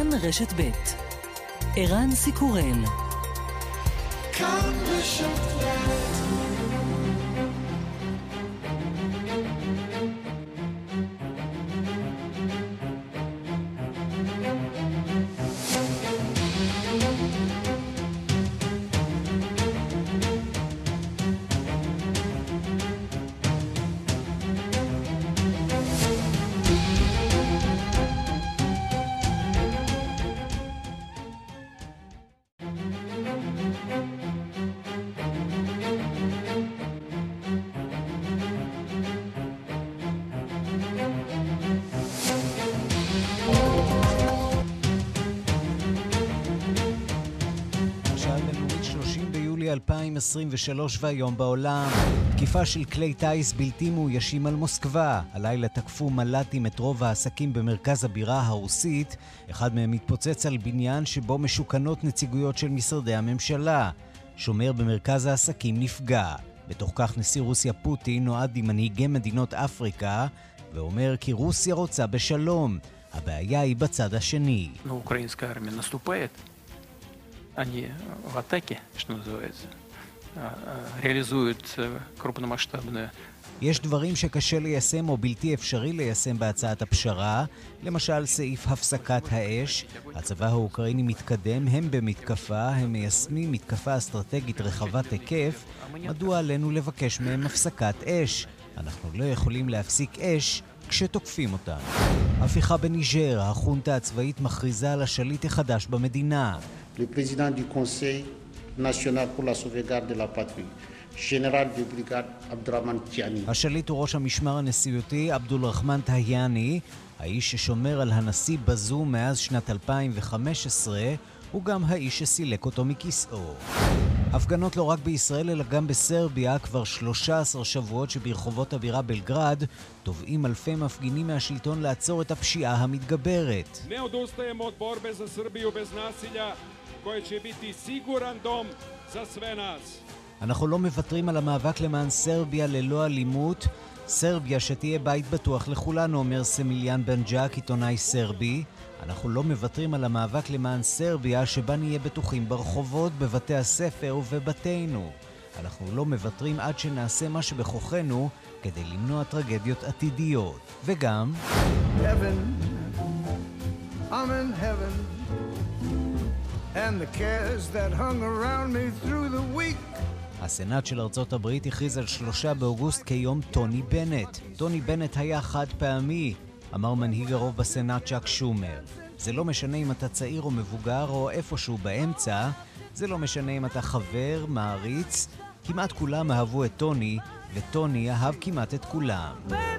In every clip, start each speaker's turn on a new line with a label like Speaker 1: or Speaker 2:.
Speaker 1: רשת ב' ערן סיקורל.
Speaker 2: כאן רשת ב'.
Speaker 3: השעה בינלאומית 30 ביולי 2023 והיום בעולם. תקיפה של כלי טייס בלתי מאוישים על מוסקבה. הלילה תקפו מל"טים את רוב העסקים במרכז הבירה הרוסית. אחד מהם מתפוצץ על בניין שבו משוכנות נציגויות של משרדי הממשלה. שומר במרכז העסקים נפגע. בתוך כך נשיא רוסיה פוטין נועד עם מנהיגי מדינות אפריקה ואומר כי רוסיה רוצה בשלום. הבעיה היא בצד השני.
Speaker 4: Украинская армия наступает. Они в атаке, что называется, реализуют крупномасштабную.
Speaker 3: יש דברים שקשה ליישם או בלתי אפשרי ליישם בהצעת הפשרה, למשל סעיף הפסקת האש. הצבא האוקראיני מתקדם, הם במתקפה, הם מיישמים מתקפה אסטרטגית רחבת היקף. מדוע עלינו לבקש מהם הפסקת אש? אנחנו לא יכולים להפסיק אש כשתוקפים אותם. הפיכה בניג'ר, החונטה הצבאית מכריזה על השליט החדש במדינה.
Speaker 5: Le président du Conseil national pour la sauvegarde de la patrie, général de brigade Abdurrahman Tiani.
Speaker 3: השליט הוא ראש המשמר הנשיאותי עבדול רחמן תהיאני, האיש ששומר על הנשיא בזום מאז שנת 2015, הוא גם האיש שסילק אותו מכיסאו. הפגנות לא רק בישראל אלא גם בסרביה, כבר 13 שבועות שברחובות הבירה בלגרד תובעים אלפי מפגינים מהשלטון לעצור את הפשיעה המתגברת.
Speaker 6: Ne odustajemo od borbe za Srbiju bez nasilja, koje će biti siguran dom za sve nas.
Speaker 3: אנחנו לא מוותרים על המאבק למען סרביה ללא אלימות. סרביה שתהיה בית בטוח לכולנו, אומר סמיליאן בנג'אק, עיתונאי סרבי. אנחנו לא מוותרים על המאבק למען סרביה שבה נהיה בטוחים ברחובות, בבתי הספר ובבתינו. אנחנו לא מוותרים עד שנעשה מה שבכוחנו כדי למנוע טרגדיות עתידיות. וגם
Speaker 7: Heaven, I'm in heaven, and the cares that hung around me through the week.
Speaker 3: הסנאט של ארצות הברית הכריז על 3 באוגוסט כיום טוני בנט. טוני בנט היה חד פעמי, אמר מנהיג הרוב בסנאט צ'אק שומר. זה לא משנה אם אתה צעיר או מבוגר או איפשהו באמצע, זה לא משנה אם אתה חבר, מעריץ, כמעט כולם אהבו את טוני, וטוני אהב כמעט את כולם.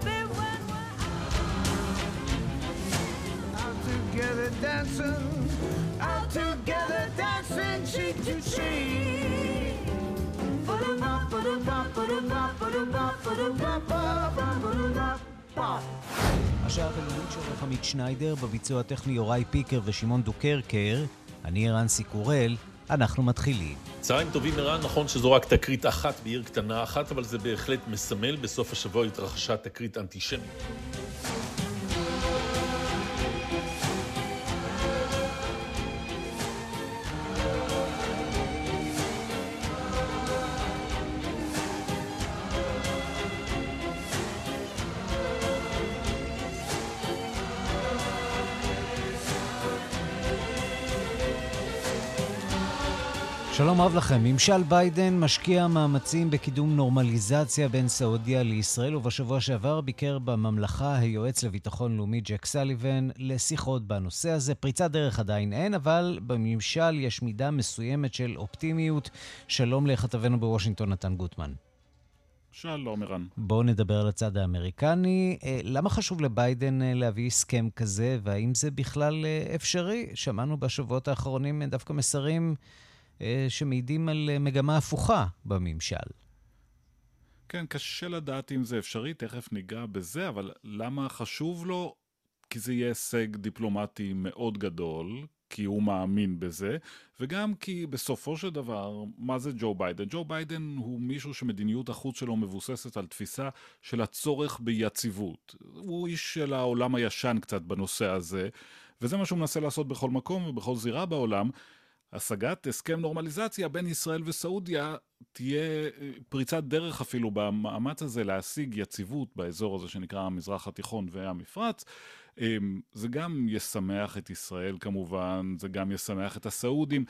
Speaker 7: Together dancing, out together dancing, cheek to cheek.
Speaker 3: השעה הבינלאומית של עמית שניידר, בביצוע הטכני יוראי פיקר ושמעון דוקרקר. אני ערן סיקורל, אנחנו מתחילים.
Speaker 8: צהריים טובים ערן, נכון שזו רק תקרית אחת בעיר קטנה אחת, אבל זה בהחלט מסמל. בסוף השבוע התרחשה תקרית אנטישמית.
Speaker 3: שלום רב לכם. ממשל ביידן משקיע מאמצים בקידום נורמליזציה בין סעודיה לישראל, ובשבוע שעבר ביקר בממלכה היועץ לביטחון לאומי ג'ק סליבן לשיחות בנושא הזה. פריצת דרך עדיין אין, אבל בממשל יש מידה מסוימת של אופטימיות. שלום לכתבנו בוושינגטון נתן גוטמן.
Speaker 9: שלום ערן.
Speaker 3: בואו נדבר על הצד האמריקני. למה חשוב לביידן להביא הסכם כזה, והאם זה בכלל אפשרי? שמענו בשבועות האחרונים דווקא מסרים שמעידים על מגמה הפוכה בממשל.
Speaker 9: כן, קשה לדעת אם זה אפשרי, תכף ניגע בזה, אבל למה חשוב לו? כי זה יהיה הישג דיפלומטי מאוד גדול, כי הוא מאמין בזה, וגם כי בסופו של דבר, מה זה ג'ו ביידן? ג'ו ביידן הוא מישהו שמדיניות החוץ שלו מבוססת על תפיסה של הצורך ביציבות. הוא איש של העולם הישן קצת בנושא הזה, וזה מה שהוא מנסה לעשות בכל מקום ובכל זירה בעולם. השגת הסכם נורמליזציה בין ישראל וסעודיה תהיה פריצת דרך אפילו במאמץ הזה להשיג יציבות באזור הזה שנקרא המזרח התיכון והמפרץ. זה גם ישמח את ישראל כמובן, זה גם ישמח את הסעודים,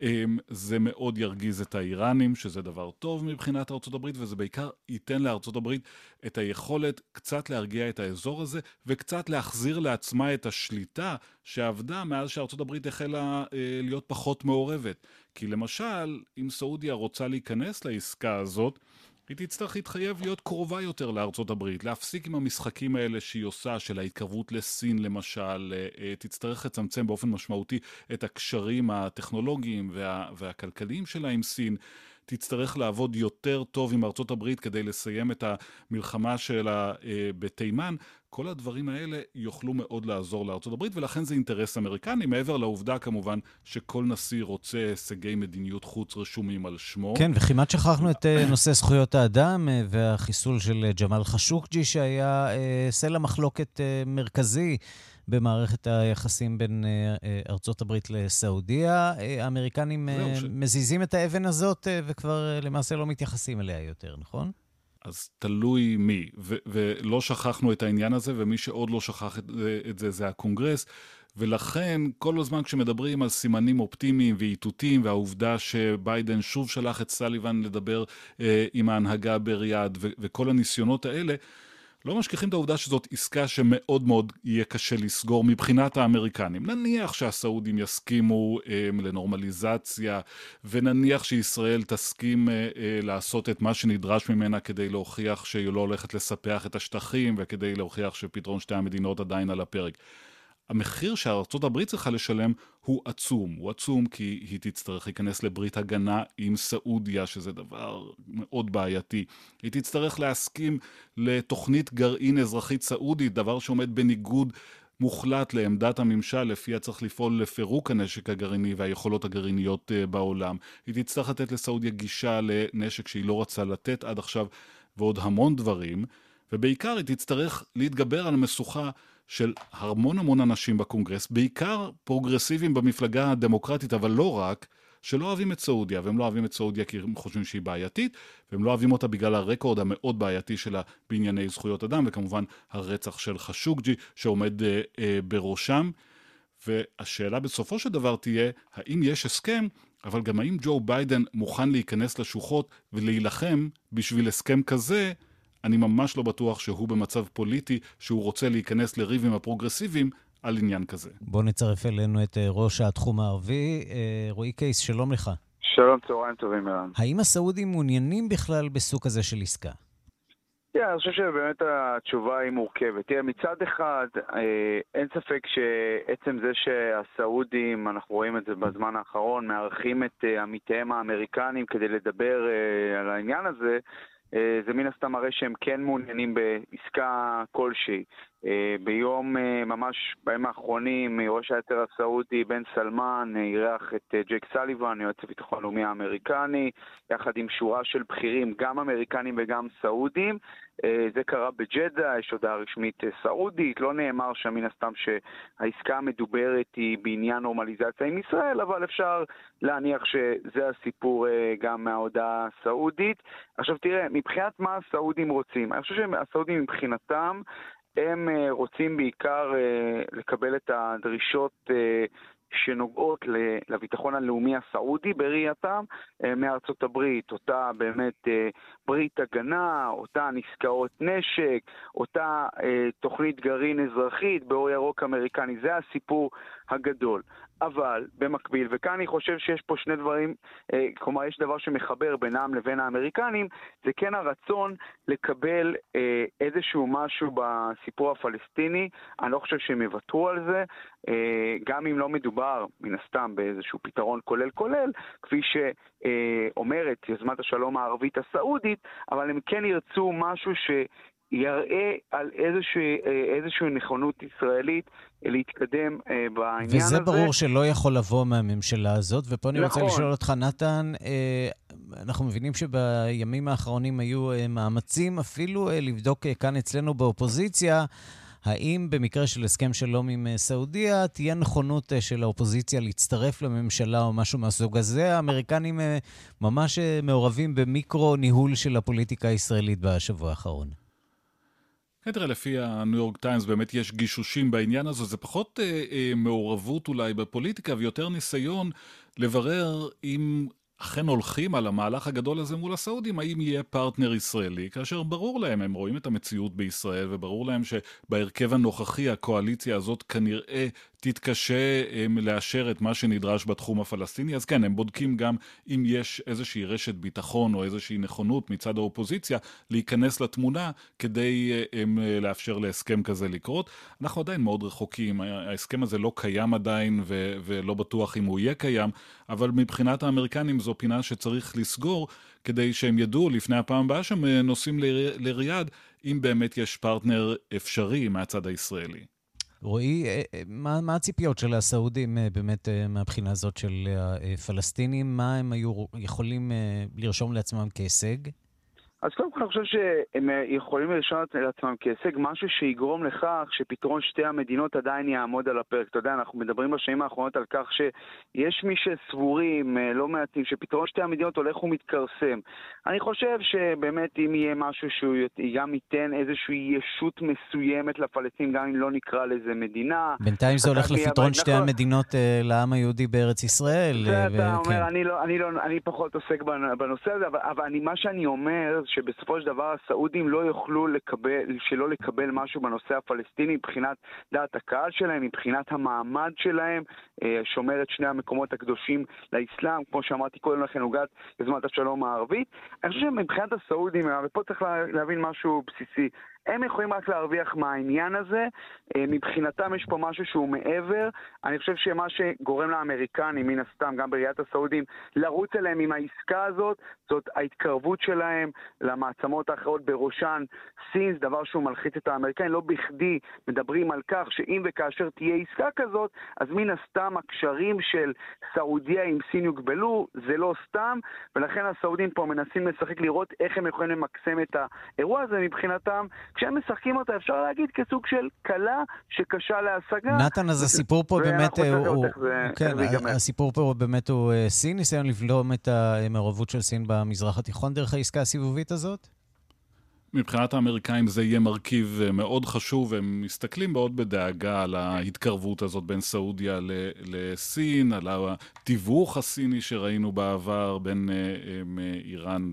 Speaker 9: זה מאוד ירגיז את האיראנים, שזה דבר טוב מבחינת ארצות הברית, וזה בעיקר ייתן לארצות הברית את היכולת קצת להרגיע את האזור הזה, וקצת להחזיר לעצמה את השליטה שעבדה מאז שארצות הברית החלה להיות פחות מעורבת. כי למשל, אם סעודיה רוצה להיכנס לעסקה הזאת, היא תצטרך להתחייב להיות קרובה יותר לארצות הברית, להפסיק עם המשחקים האלה שהיא עושה, של ההתקרבות לסין למשל, תצטרך לצמצם באופן משמעותי את הקשרים הטכנולוגיים והכלכליים שלה עם סין, תצטרך לעבוד יותר טוב עם ארצות הברית כדי לסיים את המלחמה שלה בתימן. כל הדברים האלה יוכלו מאוד לעזור לארצות הברית, ולכן זה אינטרס אמריקני, מעבר לעובדה כמובן שכל נשיא רוצה הישגי מדיניות חוץ רשומים על שמו.
Speaker 3: כן, וכמעט שכחנו את נושא זכויות האדם והחיסול של ג'מאל חשוקג'י, שהיה סלע מחלוקת מרכזי במערכת היחסים בין ארצות הברית לסעודיה. האמריקנים מזיזים את האבן הזאת וכבר למעשה לא מתייחסים אליה יותר, נכון?
Speaker 9: אז תלוי מי, ולא שכחנו את העניין הזה, ומי שעוד לא שכח את זה, זה הקונגרס, ולכן כל הזמן כשמדברים על סימנים אופטימיים ואיתותים, והעובדה שביידן שוב שלח את סליבן לדבר עם ההנהגה בריאד, וכל הניסיונות האלה, לא משכחים את העובדה שזאת עסקה שמאוד מאוד יהיה קשה לסגור מבחינת האמריקנים. נניח שהסעודים יסכימו לנורמליזציה, ונניח שישראל תסכים לעשות את מה שנדרש ממנה כדי להוכיח שהיא לא הולכת לספח את השטחים, וכדי להוכיח שפתרון שתי המדינות עדיין על הפרק. המחיר שארצות הברית צריכה לשלם הוא עצום. הוא עצום כי היא תצטרך להיכנס לברית הגנה עם סעודיה, שזה דבר מאוד בעייתי. היא תצטרך להסכים לתוכנית גרעין אזרחית סעודית, דבר שעומד בניגוד מוחלט לעמדת הממשל, לפיה צריך לפעול לפירוק הנשק הגרעיני והיכולות הגרעיניות בעולם. היא תצטרך לתת לסעודיה גישה לנשק שהיא לא רצה לתת עד עכשיו, ועוד המון דברים. ובעיקר היא תצטרך להתגבר על המשוכה של המון אנשים בקונגרס, בעיקר פרוגרסיביים במפלגה הדמוקרטית, אבל לא רק, שלא אוהבים את סעודיה, והם לא אוהבים את סעודיה כי הם חושבים שהיא בעייתית, והם לא אוהבים אותה בגלל הרקורד המאוד בעייתי שלה בענייני זכויות אדם, וכמובן הרצח של חשוקג'י שעומד בראשם. והשאלה בסופו של דבר תהיה, האם יש הסכם, אבל גם האם ג'ו ביידן מוכן להיכנס לשוחות ולהילחם בשביל הסכם כזה. אני ממש לא בטוח שהוא במצב פוליטי, שהוא רוצה להיכנס לריב עם הפרוגרסיביים על עניין כזה.
Speaker 3: בוא נצרף אלינו את ראש התחום הערבי, רועי קייס, שלום לך.
Speaker 10: שלום, צהריים טובים מרן.
Speaker 3: האם הסעודים מעוניינים בכלל בסוג הזה של עסקה?
Speaker 10: אני חושב שבאמת התשובה היא מורכבת. מצד אחד, אין ספק שעצם זה שהסעודים, אנחנו רואים את זה בזמן האחרון, מארחים את עמיתיהם האמריקנים כדי לדבר על העניין הזה, זה מן הסתם מראה שהם כן מעוניינים בעסקה כלשהי. ממש בימים האחרונים, ראש היתר הסעודי בן סלמן אירח את ג'ייק סליבן, יועץ הביטחון הלאומי האמריקני, יחד עם שורה של בכירים, גם אמריקנים וגם סעודים. זה קרה בג'דה, יש הודעה רשמית סעודית, לא נאמר שם מן הסתם שהעסקה המדוברת היא בעניין נורמליזציה עם ישראל, אבל אפשר להניח שזה הסיפור גם מההודעה הסעודית. עכשיו תראה, מבחינת מה הסעודים רוצים? אני חושב שהסעודים מבחינתם, הם רוצים בעיקר לקבל את הדרישות שנוגעות לביטחון הלאומי הסעודי בראייתם מארצות הברית, אותה באמת ברית הגנה, אותה עסקאות נשק, אותה תוכנית גרעין אזרחית באור ירוק אמריקני. זה הסיפור הגדול. אבל במקביל, וכאן אני חושב שיש פה שני דברים, כלומר יש דבר שמחבר בינם לבין האמריקנים, זה כן הרצון לקבל איזשהו משהו בסיפור הפלסטיני. אני לא חושב שהם יוותרו על זה, גם אם לא מדובר מן הסתם באיזשהו פתרון כולל, כפי שאומרת יוזמת השלום הערבית הסעודית, אבל הם כן ירצו משהו יראה על איזושהי נכונות ישראלית להתקדם בעניין הזה.
Speaker 3: וזה ברור שלא יכול לבוא מהממשלה הזאת, ופה אני רוצה לשאול אותך, נתן, אנחנו מבינים שבימים האחרונים היו מאמצים אפילו לבדוק כאן אצלנו באופוזיציה, האם במקרה של הסכם שלום עם סעודיה תהיה נכונות של האופוזיציה להצטרף לממשלה או משהו מהסוג הזה? האמריקנים ממש מעורבים במיקרו ניהול של הפוליטיקה הישראלית בשבוע האחרון.
Speaker 9: תראה, לפי הניו יורק טיימס באמת יש גישושים בעניין הזה, זה פחות מעורבות אולי בפוליטיקה ויותר ניסיון לברר אם אכן הולכים על המהלך הגדול הזה מול הסעודים, האם יהיה פרטנר ישראלי, כאשר ברור להם, הם רואים את המציאות בישראל, וברור להם שבהרכב הנוכחי הקואליציה הזאת כנראה תתקשה לאשר את מה שנדרש בתחום הפלסטיני, אז כן, הם בודקים גם אם יש איזושהי רשת ביטחון או איזושהי נכונות מצד האופוזיציה להיכנס לתמונה כדי לאפשר להסכם כזה לקרות. אנחנו עדיין מאוד רחוקים, ההסכם הזה לא קיים עדיין ולא בטוח אם הוא יהיה קיים, אבל מבחינת האמריקנים זו פינה שצריך לסגור כדי שהם ידעו לפני הפעם הבאה שהם נוסעים לריאד, אם באמת יש פרטנר אפשרי מהצד הישראלי.
Speaker 3: רועי, מה הציפיות של הסעודים באמת מהבחינה הזאת של הפלסטינים? מה הם היו יכולים לרשום לעצמם כהישג?
Speaker 10: אז קודם כל אני חושב שהם יכולים לרשום לעצמם כהישג משהו שיגרום לכך שפתרון שתי המדינות עדיין יעמוד על הפרק. אתה יודע, אנחנו מדברים בשנים האחרונות על כך שיש מי שסבורים, לא מעטים, שפתרון שתי המדינות הולך ומתקרסם. אני חושב שבאמת אם יהיה משהו שהוא גם ייתן איזושהי ישות מסוימת לפלסטינים, גם אם לא נקרא לזה מדינה.
Speaker 3: בינתיים זה הולך לפתרון שתי המדינות לעם היהודי בארץ ישראל.
Speaker 10: אתה אומר, אני פחות עוסק בנושא הזה, אבל מה שאני אומר שבסופו של דבר הסעודים לא יוכלו שלא לקבל משהו בנושא הפלסטיני מבחינת דעת הקהל שלהם, מבחינת המעמד שלהם, שומר את שני המקומות הקדושים לאסלאם, כמו שאמרתי קודם לכן, הוגת יוזמת השלום הערבית. אני חושב שמבחינת הסעודים, ופה צריך להבין משהו בסיסי, הם יכולים רק להרוויח מהעניין הזה, מבחינתם יש פה משהו שהוא מעבר, אני חושב שמה שגורם לאמריקנים, מן הסתם, גם בראיית הסעודים, לרוץ אליהם עם העסקה הזאת, זאת ההתקרבות שלהם למעצמות האחרות בראשן סין, זה דבר שהוא מלחיץ את האמריקאים, לא בכדי מדברים על כך שאם וכאשר תהיה עסקה כזאת, אז מן הסתם הקשרים של סעודיה עם סין יוגבלו, זה לא סתם, ולכן הסעודים פה מנסים לשחק לראות איך הם יכולים למקסם את האירוע הזה מבחינתם, כשהם משחקים אותה, אפשר להגיד כסוג של קלה שקשה להשגה.
Speaker 3: נתן, אז הסיפור פה באמת הסיפור פה באמת הוא סין, ניסיון לבלום את המעורבות של סין במזרח התיכון דרך העסקה הסיבובית הזאת?
Speaker 9: מבחינת האמריקאים זה יהיה מרכיב מאוד חשוב, הם מסתכלים מאוד בדאגה על ההתקרבות הזאת בין סעודיה לסין, על התיווך הסיני שראינו בעבר בין איראן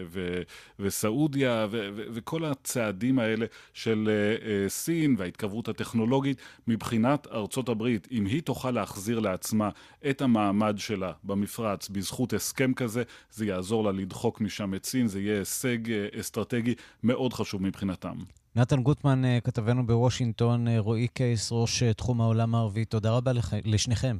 Speaker 9: וסעודיה, וכל הצעדים האלה של סין וההתקרבות הטכנולוגית. מבחינת ארצות הברית, אם היא תוכל להחזיר לעצמה את המעמד שלה במפרץ בזכות הסכם כזה, זה יעזור לה לדחוק משם את סין, זה יהיה הישג אסטרטגי מאוד חשוב מבחינתם.
Speaker 3: נתן גוטמן, כתבנו בוושינגטון, רועי קייס, ראש תחום העולם הערבי, תודה רבה לשניכם.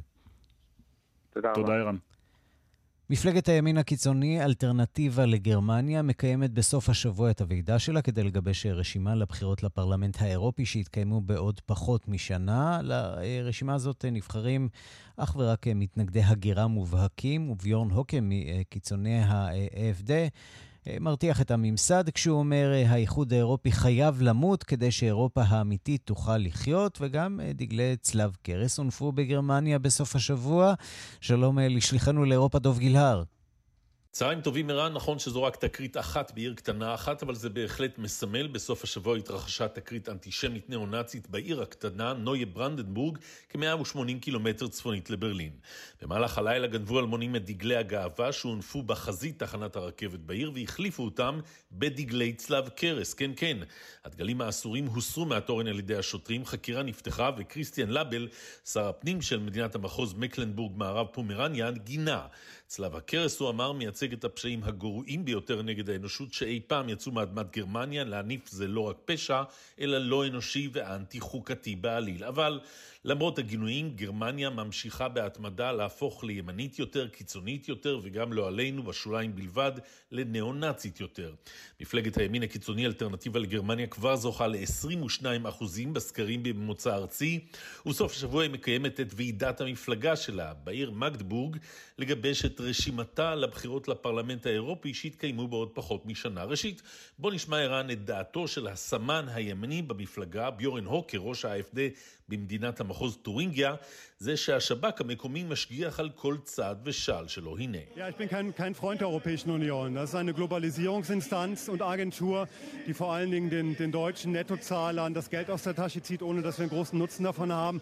Speaker 9: תודה אירן.
Speaker 3: מפלגת הימין הקיצוני, אלטרנטיבה לגרמניה, מקיימת בסוף השבוע את הוועידה שלה כדי לגבש רשימה לבחירות לפרלמנט האירופי שהתקיימו בעוד פחות משנה. לרשימה הזאת נבחרים אך ורק מתנגדי הגירה מובהקים, וביורן הוקה מקיצוני ה-AFD מרתיח את הממסד כשהוא אומר האיחוד האירופי חייב למות כדי שאירופה האמיתית תוכל לחיות, וגם דגלי צלב קרס הונפו בגרמניה בסוף השבוע. שלום לשליחנו לאירופה דוב גילהר.
Speaker 8: צהריים טובים ערן, נכון שזו רק תקרית אחת בעיר קטנה אחת, אבל זה בהחלט מסמל. בסוף השבוע התרחשה תקרית אנטישמית נאו-נאצית בעיר הקטנה נויה ברנדנבורג, כ-180 קילומטר צפונית לברלין. במהלך הלילה גנבו אלמונים את דגלי הגאווה שהונפו בחזית תחנת הרכבת בעיר, והחליפו אותם בדגלי צלב קרס. כן, כן, הדגלים האסורים הוסרו מהתורן על ידי השוטרים, חקירה נפתחה, וקריסטיאן לבל, שר הפנים של מדינת המחוז מקלנבורג מערב פומרניה, גינה. צלב הקרס, הוא אמר, מייצג מייצג את הפשעים הגרועים ביותר נגד האנושות שאי פעם יצאו מאדמת גרמניה. להניף זה לא רק פשע, אלא לא אנושי ואנטי חוקתי בעליל. אבל למרות הגינויים, גרמניה ממשיכה בהתמדה להפוך לימנית יותר, קיצונית יותר, וגם לא עלינו, בשוליים בלבד, לנאו-נאצית יותר. מפלגת הימין הקיצוני אלטרנטיבה לגרמניה כבר זוכה ל-22% בסקרים בממוצע ארצי, ובסוף השבוע היא מקיימת את ועידת המפלגה שלה בעיר מגדבורג, לגבש את רשימתה לבחירות לפרלמנט האירופי שהתקיימו בעוד פחות משנה. ראשית, בוא נשמע ערן את דעתו של הסמן הימני במפלגה, ביורן הוקר, ראש ה-AfD במדינת המחוז טורינגיה, זה שהשב"כ המקומי משגיח על כל צעד ושעל שלו. הנה.
Speaker 11: Ja, ich bin kein Freund der Europäischen Union. Das ist eine Globalisierungsinstanz und Agentur, die vor allen Dingen den deutschen Nettozahlern das Geld aus der Tasche zieht, ohne dass wir einen großen Nutzen davon haben.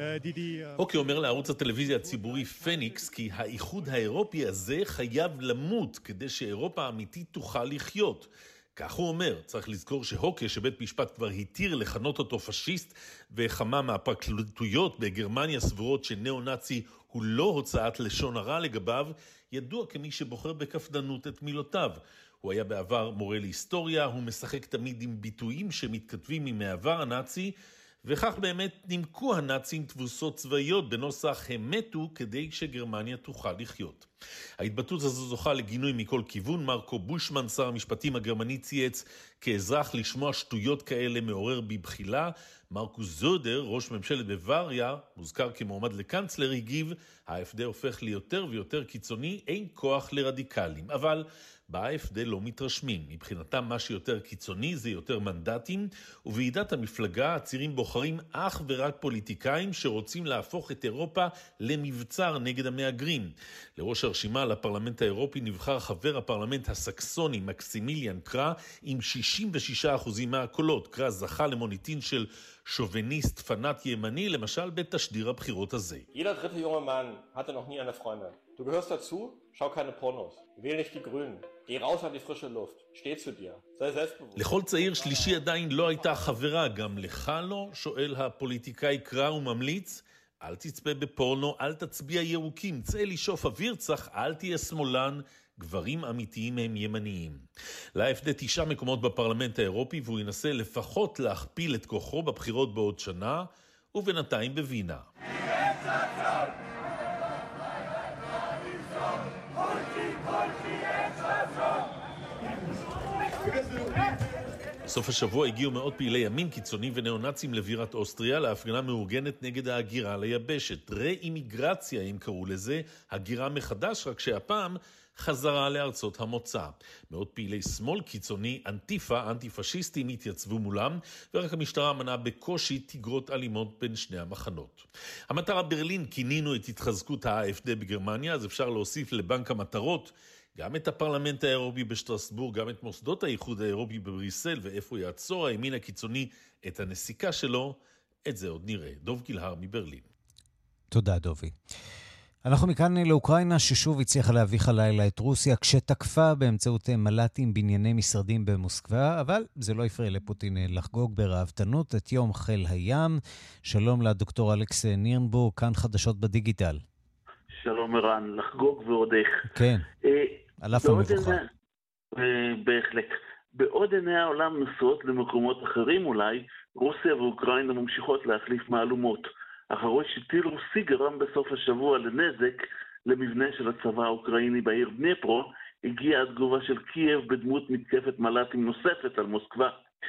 Speaker 8: אוקיי, אומר לערוץ הטלוויזיה הציבורי פניקס, כי האיחוד האירופי הזה חייב למות כדי שאירופה האמיתית תוכל לחיות. כך הוא אומר. צריך לזכור שהוקה, שבית משפט כבר התיר לכנות אותו פשיסט, וכמה מהפרקליטויות בגרמניה סבורות שנאו-נאצי הוא לא הוצאת לשון הרע לגביו, ידוע כמי שבוחר בכפדנות את מילותיו. הוא היה בעבר מורה להיסטוריה, הוא משחק תמיד עם ביטויים שמתכתבים עם העבר הנאצי, וכך באמת נימקו הנאצים תבוסות צבאיות בנוסח הם מתו כדי שגרמניה תוכל לחיות. ההתבטאות הזו זוכה לגינוי מכל כיוון. מרקו בושמן, שר המשפטים הגרמני, צייץ כאזרח לשמוע שטויות כאלה מעורר בבחילה. מרקוס זודר, ראש ממשלת בוואריה, מוזכר כמועמד לקנצלר, הגיב, ה-AfD הופך ליותר ויותר קיצוני, אין כוח לרדיקלים. אבל ב-AfD לא מתרשמים. מבחינתם מה שיותר קיצוני זה יותר מנדטים, ובוועידת המפלגה הצירים בוחרים אך ורק פוליטיקאים שרוצים להפוך את אירופה למבצר נגד המהגרים. לראש הרשימה לפרלמנט האירופי נבחר חבר הפרלמנט הסקסוני מקסימיליאן קרא עם 66% מהקולות. קרא זכה למוניטין של שוביניסט פנאט ימני, למשל בתשדיר הבחירות הזה.
Speaker 12: Jeder dritte junge Mann hatte noch nie eine Freundin. Du gehörst dazu, schau keine Pornos. Wähl nicht die Grünen. Geh raus an die frische Luft. Steh zu dir. sei selbstbewusst.
Speaker 8: לכל צעיר שלישי עדיין לא הייתה חברה, גם לך לא? שואל הפוליטיקאי קרא וממליץ. אל תצפה בפורנו, אל תצביע ירוקים, צא לשאוף אוויר צח, אל תהיה שמאלן, גברים אמיתיים הם ימניים. ל-AfD 9 מקומות בפרלמנט האירופי, והוא ינסה לפחות להכפיל את כוחו בבחירות בעוד שנה, ובינתיים בווינה. בסוף השבוע הגיעו מאות פעילי ימין קיצוני ונאו-נאצים לבירת אוסטריה להפגנה מאורגנת נגד ההגירה ליבשת. רה-אימיגרציה הם קראו לזה, הגירה מחדש, רק שהפעם חזרה לארצות המוצא. מאות פעילי שמאל קיצוני, אנטי-פשיסטים התייצבו מולם, ורק המשטרה מנעה בקושי תגרות אלימות בין שני המחנות. המטרה ברלין, כינינו את התחזקות ה-AfD בגרמניה, אז אפשר להוסיף לבנק המטרות גם את הפרלמנט האירופי בשטרסבורג, גם את מוסדות האיחוד האירופי בבריסל, ואיפה יעצור הימין הקיצוני את הנסיקה שלו, את זה עוד נראה. דוב גילהר מברלין.
Speaker 3: תודה דובי. אנחנו מכאן לאוקראינה, ששוב הצליחה להביך הלילה את רוסיה, כשתקפה באמצעות מל"טים בנייני משרדים במוסקבה, אבל זה לא הפריע לפוטין לחגוג ברעבתנות את יום חיל הים. שלום לדוקטור אלכס נירנבורג, כאן חדשות בדיגיטל.
Speaker 13: שלום ערן, לחגוג ועוד איך.
Speaker 3: כן, על אף המבוכה.
Speaker 13: בהחלט. בעוד עיני העולם נשואות למקומות אחרים אולי, רוסיה ואוקראינה ממשיכות להחליף מהלומות. אחרי שטיל רוסי גרם בסוף השבוע לנזק למבנה של הצבא האוקראיני בעיר דניפרו, הגיעה התגובה של קייב בדמות מתקפת מל"טים נוספת על מוסקבה.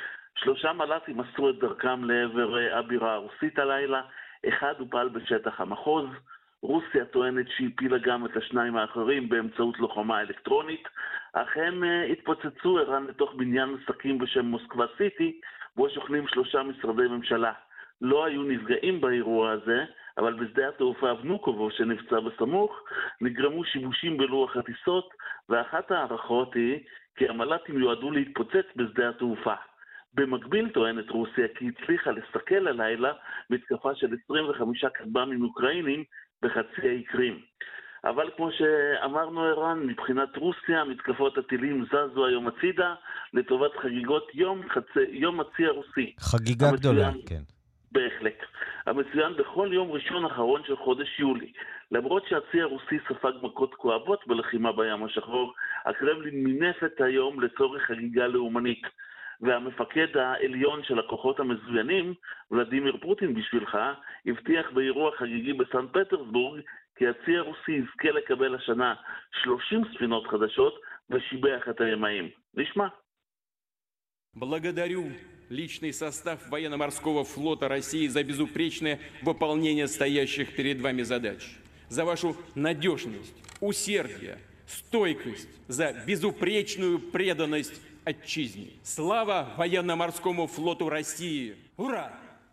Speaker 13: 3 מל"טים עשו את דרכם לעבר הבירה הרוסית הלילה, אחד הופל בשטח המחוז. רוסיה טוענת שהפילה גם את השניים האחרים באמצעות לוחמה אלקטרונית, אך הם התפוצצו ערן לתוך בניין עסקים בשם מוסקבה סיטי, בו שוכנים 3 משרדי ממשלה. לא היו נפגעים באירוע הזה, אבל בשדה התעופה ונוקובו שנפצע בסמוך, נגרמו שיבושים בלוח הטיסות, ואחת הערכות היא כי המל"טים יועדו להתפוצץ בשדה התעופה. במקביל טוענת רוסיה כי הצליחה לסכל הלילה מתקפה של 25 כטב"מים אוקראינים בחצי האי קרים. אבל כמו שאמרנו ערן, מבחינת רוסיה, מתקפות הטילים זזו היום הצידה לטובת חגיגות יום הצי הרוסי.
Speaker 3: חגיגה גדולה, כן.
Speaker 13: בהחלט. המצוין בכל יום ראשון אחרון של חודש יולי. למרות שהצי הרוסי ספג מכות כואבות בלחימה בים השחור הקרמלין מינפת היום לצורך חגיגה לאומנית. והמפקד העליון של הכוחות המזוינים, ולדימיר פוטין בשבילך, הבטיח באירוע חגיגי בסן פטרסבורג כי הצי הרוסי יזכה לקבל השנה 30 ספינות חדשות ושיבח את הימאים. נשמע.
Speaker 14: Благодарю личный состав военно-морского флота России за безупречное выполнение стоящих перед вами задач, за вашу надежность, усердие, стойкость, за безупречную преданность отчизне. Слава военно-морскому флоту России! Ура!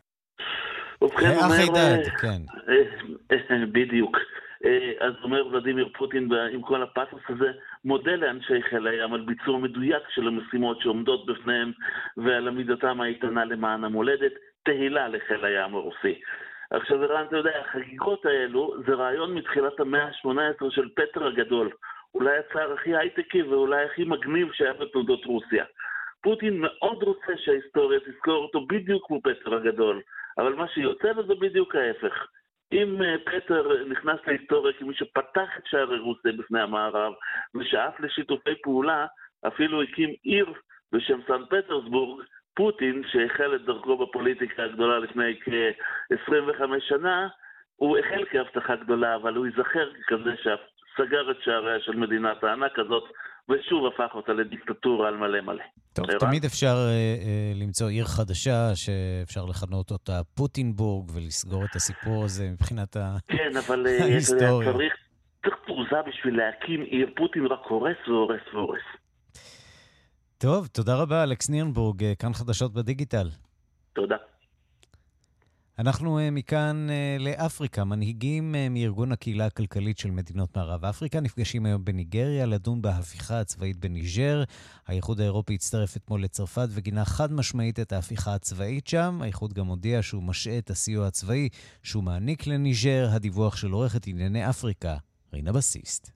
Speaker 3: אחי דד, כן.
Speaker 13: בדיוק. אז אומר ולדימיר פוטין עם כל הפאתוס הזה, מודה לאנשי חיל הים על ביצוע מדויק של המשימות שעומדות בפניהם ועל עמידתם האיתנה למען המולדת, תהילה לחיל הים הרוסי. עכשיו ערן, אתה יודע, החגיגות האלו זה רעיון מתחילת המאה ה-18 של פטר הגדול, אולי הצער הכי הייטקי ואולי הכי מגניב שהיה בתולדות רוסיה. פוטין מאוד רוצה שההיסטוריה תזכור אותו בדיוק כמו פטר הגדול, אבל מה שיוצא לזה בדיוק ההפך. אם פטר נכנס להיסטוריה כמי שפתח את שערי רוסיה בפני המערב ושאף לשיתופי פעולה, אפילו הקים עיר בשם סן פטרסבורג, פוטין שהחל את דרכו בפוליטיקה הגדולה לפני כ-25 שנה, הוא החל כהבטחה גדולה, אבל הוא ייזכר כזה שסגר את שעריה של מדינת הענק הזאת ושוב הפך אותה לדיקטטורה על מלא מלא.
Speaker 3: טוב, תמיד אפשר למצוא עיר חדשה שאפשר לכנות אותה פוטינבורג ולסגור את הסיפור הזה מבחינת ההיסטוריה.
Speaker 13: כן, אבל צריך תעוזה בשביל להקים עיר. פוטין רק הורס והורס והורס.
Speaker 3: טוב, תודה רבה אלכס נירנבורג, כאן חדשות בדיגיטל.
Speaker 13: תודה.
Speaker 3: אנחנו מכאן לאפריקה. מנהיגים מארגון הקהילה הכלכלית של מדינות מערב אפריקה נפגשים היום בניגריה לדון בהפיכה הצבאית בניג'ר. האיחוד האירופי הצטרף אתמול לצרפת וגינה חד משמעית את ההפיכה הצבאית שם. האיחוד גם הודיע שהוא משעה את הסיוע הצבאי שהוא מעניק לניג'ר. הדיווח של עורכת ענייני אפריקה, רינה בסיסט.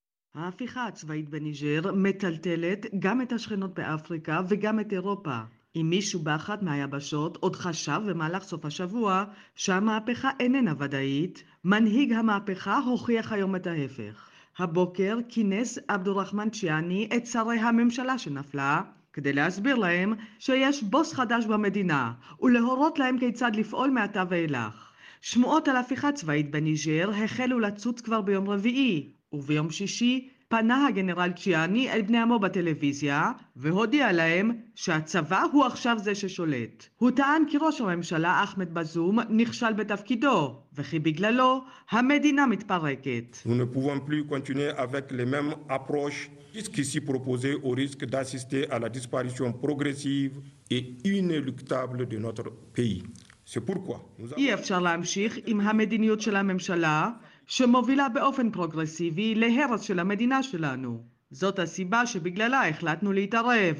Speaker 15: ההפיכה הצבאית בניג'ר מטלטלת גם את השכנות באפריקה וגם את אירופה. אם מישהו באחת מהיבשות עוד חשב במהלך סוף השבוע שהמהפכה איננה ודאית, מנהיג המהפכה הוכיח היום את ההפך. הבוקר כינס עבדורחמן צ'יאני את שרי הממשלה שנפלה, כדי להסביר להם שיש בוס חדש במדינה, ולהורות להם כיצד לפעול מעתה ואילך. שמועות על הפיכה צבאית בניג'ר החלו לצוץ כבר ביום רביעי, וביום שישי פנה הגנרל צ'יאני אל בני עמו בטלוויזיה והודיע להם שהצבא הוא עכשיו זה ששולט. הוא טען כי ראש הממשלה אחמד בזום נכשל בתפקידו וכי בגללו המדינה מתפרקת.
Speaker 16: Nous ne pouvons plus continuer avec les mêmes approches jusqu'ici proposées au risque d'assister à la disparition progressive et inéluctable de notre pays. C'est pourquoi
Speaker 15: אי אפשר להמשיך עם המדיניות של הממשלה שמובילה באופן פרוגרסיבי להרס של המדינה שלנו. זאת הסיבה שבגללה החלטנו להתערב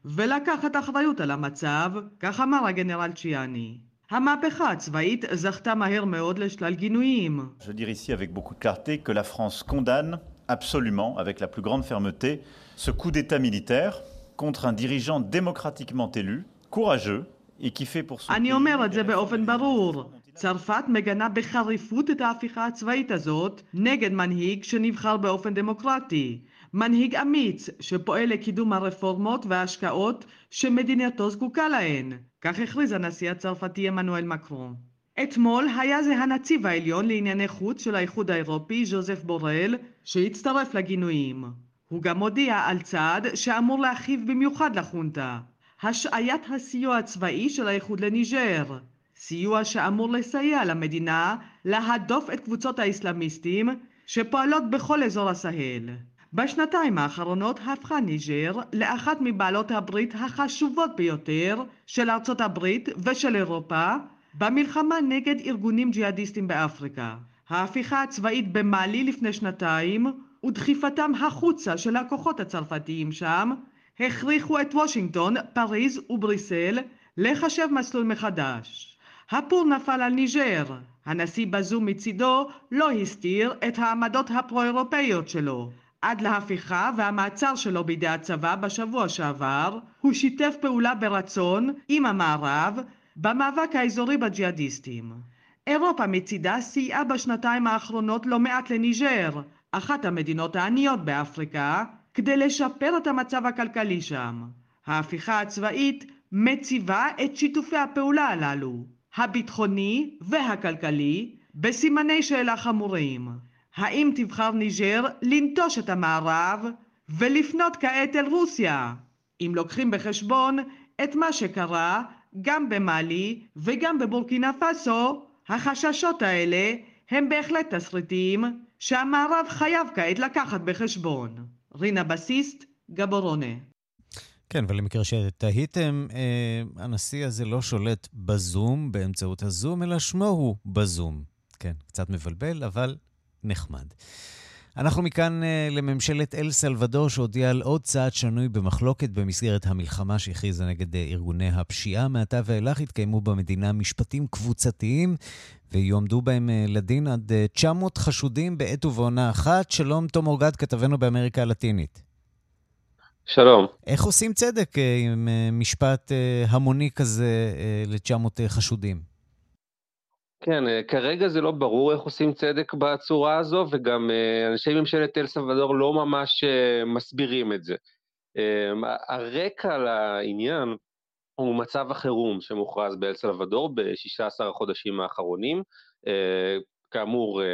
Speaker 15: ולקחת אחריות על המצב, כך אמר הגנרל צ'יאני. המהפכה הצבאית זכתה מהר מאוד לשלל גינויים.
Speaker 17: Je dirais ici avec beaucoup de clarté que la France condamne absolument, avec la plus grande fermeté, ce coup d'état militaire contre un dirigeant démocratiquement élu, courageux et qui fait pour son
Speaker 15: אני אומר את זה באופן ברור. צרפת מגנה בחריפות את ההפיכה הצבאית הזאת נגד מנהיג שנבחר באופן דמוקרטי. מנהיג אמיץ שפועל לקידום הרפורמות וההשקעות שמדינתו זקוקה להן. כך הכריז הנשיא הצרפתי עמנואל מקרון. אתמול היה זה הנציב העליון לענייני חוץ של האיחוד האירופי, ז'וזף בורל, שהצטרף לגינויים. הוא גם הודיע על צעד שאמור להכאיב במיוחד לחונטה. השעיית הסיוע הצבאי של האיחוד לניג'ר. סיוע שאמור לסייע למדינה להדוף את קבוצות האסלאמיסטים שפועלות בכל אזור הסהל. בשנתיים האחרונות הפכה ניג'ר לאחת מבעלות הברית החשובות ביותר של ארצות הברית ושל אירופה במלחמה נגד ארגונים ג'יהאדיסטים באפריקה. ההפיכה הצבאית במאלי לפני שנתיים ודחיפתם החוצה של הכוחות הצרפתיים שם הכריחו את וושינגטון, פריז ובריסל לחשב מסלול מחדש. הפור נפל על ניג'ר. הנשיא בזום מצידו לא הסתיר את העמדות הפרו-אירופאיות שלו. עד להפיכה והמעצר שלו בידי הצבא בשבוע שעבר, הוא שיתף פעולה ברצון עם המערב במאבק האזורי בג'יהאדיסטים. אירופה מצידה סייעה בשנתיים האחרונות לא מעט לניג'ר, אחת המדינות העניות באפריקה, כדי לשפר את המצב הכלכלי שם. ההפיכה הצבאית מציבה את שיתופי הפעולה הללו, הביטחוני והכלכלי, בסימני שאלה חמורים. האם תבחר ניג'ר לנטוש את המערב ולפנות כעת אל רוסיה, אם לוקחים בחשבון את מה שקרה גם במאלי וגם בבורקינה פאסו? החששות האלה הם בהחלט תסריטים שהמערב חייב כעת לקחת בחשבון. רינה בסיסט, גבורונה.
Speaker 3: כן, ולמקרה שתהיתם, הנשיא הזה לא שולט בזום, באמצעות הזום, אלא שמו הוא בזום. כן, קצת מבלבל, אבל נחמד. אנחנו מכאן לממשלת אל סלבדור, שהודיעה על עוד צעד שנוי במחלוקת במסגרת המלחמה שהכריזה נגד ארגוני הפשיעה. מעתה ואילך התקיימו במדינה משפטים קבוצתיים, ויועמדו בהם לדין עד 900 חשודים בעת ובעונה אחת. שלום, תום אורגד, כתבנו באמריקה הלטינית.
Speaker 18: שלום.
Speaker 3: איך עושים צדק עם משפט המוני כזה ל-900 חשודים?
Speaker 18: כן, כרגע זה לא ברור איך עושים צדק בצורה הזו, וגם אנשי ממשלת אל סלבדור לא ממש מסבירים את זה. הרקע לעניין הוא מצב החירום שמוכרז באל סלבדור ב-16 החודשים האחרונים. כאמור,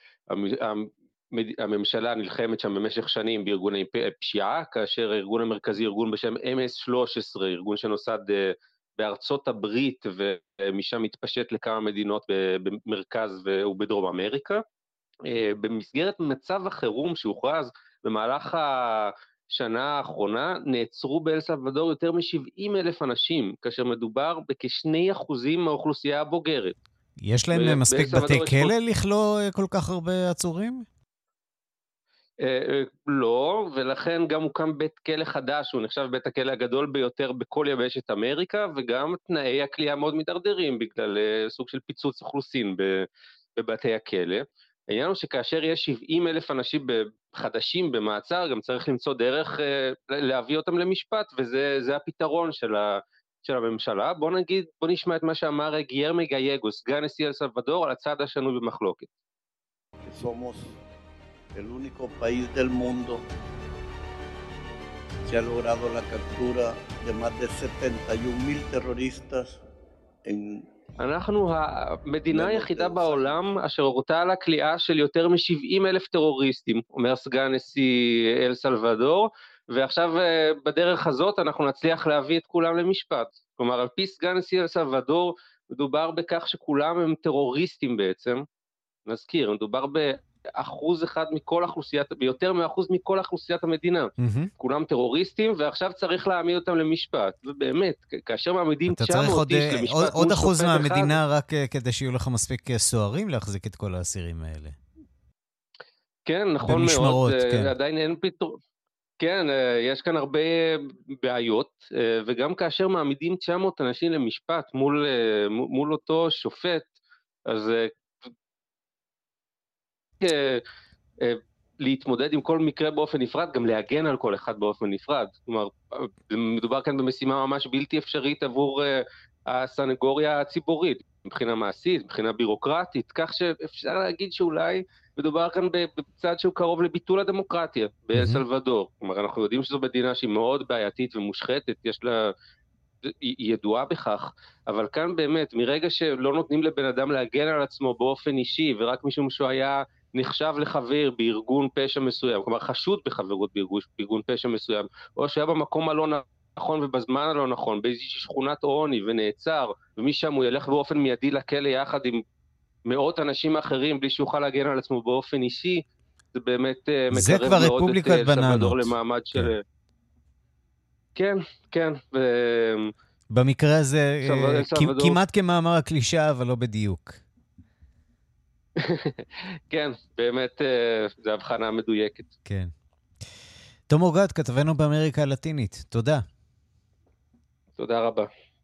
Speaker 18: הממשלה נלחמת שם במשך שנים בארגוני פשיעה, כאשר הארגון המרכזי, ארגון בשם MS-13, ארגון שנוסד בארצות הברית ומשם מתפשט לכמה מדינות במרכז ובדרום אמריקה. במסגרת מצב החירום שהוכרז במהלך השנה האחרונה, נעצרו באל סלבדור יותר מ-70,000 אנשים, כאשר מדובר בכ2% מהאוכלוסייה הבוגרת.
Speaker 3: יש להם מספיק בתי כלא לכלוא כל כך הרבה עצורים?
Speaker 18: לא, ולכן גם הוקם בית כלא חדש, הוא נחשב בית הכלא הגדול ביותר בכל יבשת אמריקה, וגם תנאי הכליאה מאוד מתדרדרים בגלל סוג של פיצוץ אוכלוסין בבתי הכלא. העניין הוא שכאשר יש 70,000 אנשים חדשים במעצר, גם צריך למצוא דרך להביא אותם למשפט, וזה הפתרון של הממשלה. בוא נשמע את מה שאמר גיירמי גייגו, סגן נשיא אל סלבדור, על הצד השנוי במחלוקת.
Speaker 19: El único país del mundo que ha logrado la captura de más de 71,000 terroristas en...
Speaker 18: אנחנו המדינה היחידה בעולם אשר הורתה על הכליאה של יותר מ-70,000 טרוריסטים, אומר סגן נשיא אל סלבדור, ועכשיו בדרך הזאת אנחנו נצליח להביא את כולם למשפט. כלומר, על פי סגן נשיא אל סלבדור, מדובר בכך שכולם הם טרוריסטים בעצם. נזכיר, מדובר ב1% מכל אוכלוסיית, ביותר מ1% מכל אוכלוסיית המדינה. כולם טרוריסטים, ועכשיו צריך להעמיד אותם למשפט. ובאמת, כאשר מעמידים 900 איש למשפט...
Speaker 3: אתה צריך עוד 1% מהמדינה רק כדי שיהיו לך מספיק סוהרים להחזיק את כל האסירים האלה.
Speaker 18: כן, נכון מאוד. עדיין אין פתרון. כן, יש כאן הרבה בעיות, וגם כאשר מעמידים 900 אנשים למשפט מול אותו שופט, אז להתמודד עם כל מקרה באופן נפרד, גם להגן על כל אחד באופן נפרד. כלומר, מדובר כאן במשימה ממש בלתי אפשרית עבור הסנגוריה הציבורית, מבחינה מעשית, מבחינה בירוקרטית, כך שאפשר להגיד שאולי מדובר כאן בצד שהוא קרוב לביטול הדמוקרטיה באל סלבדור. כלומר, אנחנו יודעים שזו מדינה שהיא מאוד בעייתית ומושחתת, יש לה... היא ידועה בכך, אבל כאן באמת, מרגע שלא נותנים לבן אדם להגן על עצמו באופן אישי, ורק משום שהוא היה נחשב לחבר בארגון פשע מסוים, כלומר חשוד בחברות בארגון פשע מסוים, או שהיה במקום הלא נכון ובזמן הלא נכון, באיזושהי שכונת עוני ונעצר, ומשם הוא ילך באופן מיידי לכלא יחד עם מאות אנשים אחרים, בלי שיוכל להגן על עצמו באופן אישי, זה באמת מקרב מאוד את סלבדור למעמד של... כן, כן.
Speaker 3: במקרה הזה, כמעט כמאמר הקלישה, אבל לא בדיוק.
Speaker 18: כן, באמת, זו הבחנה מדויקת.
Speaker 3: כן. תום אורגד, כתבנו באמריקה הלטינית. תודה.
Speaker 18: תודה רבה.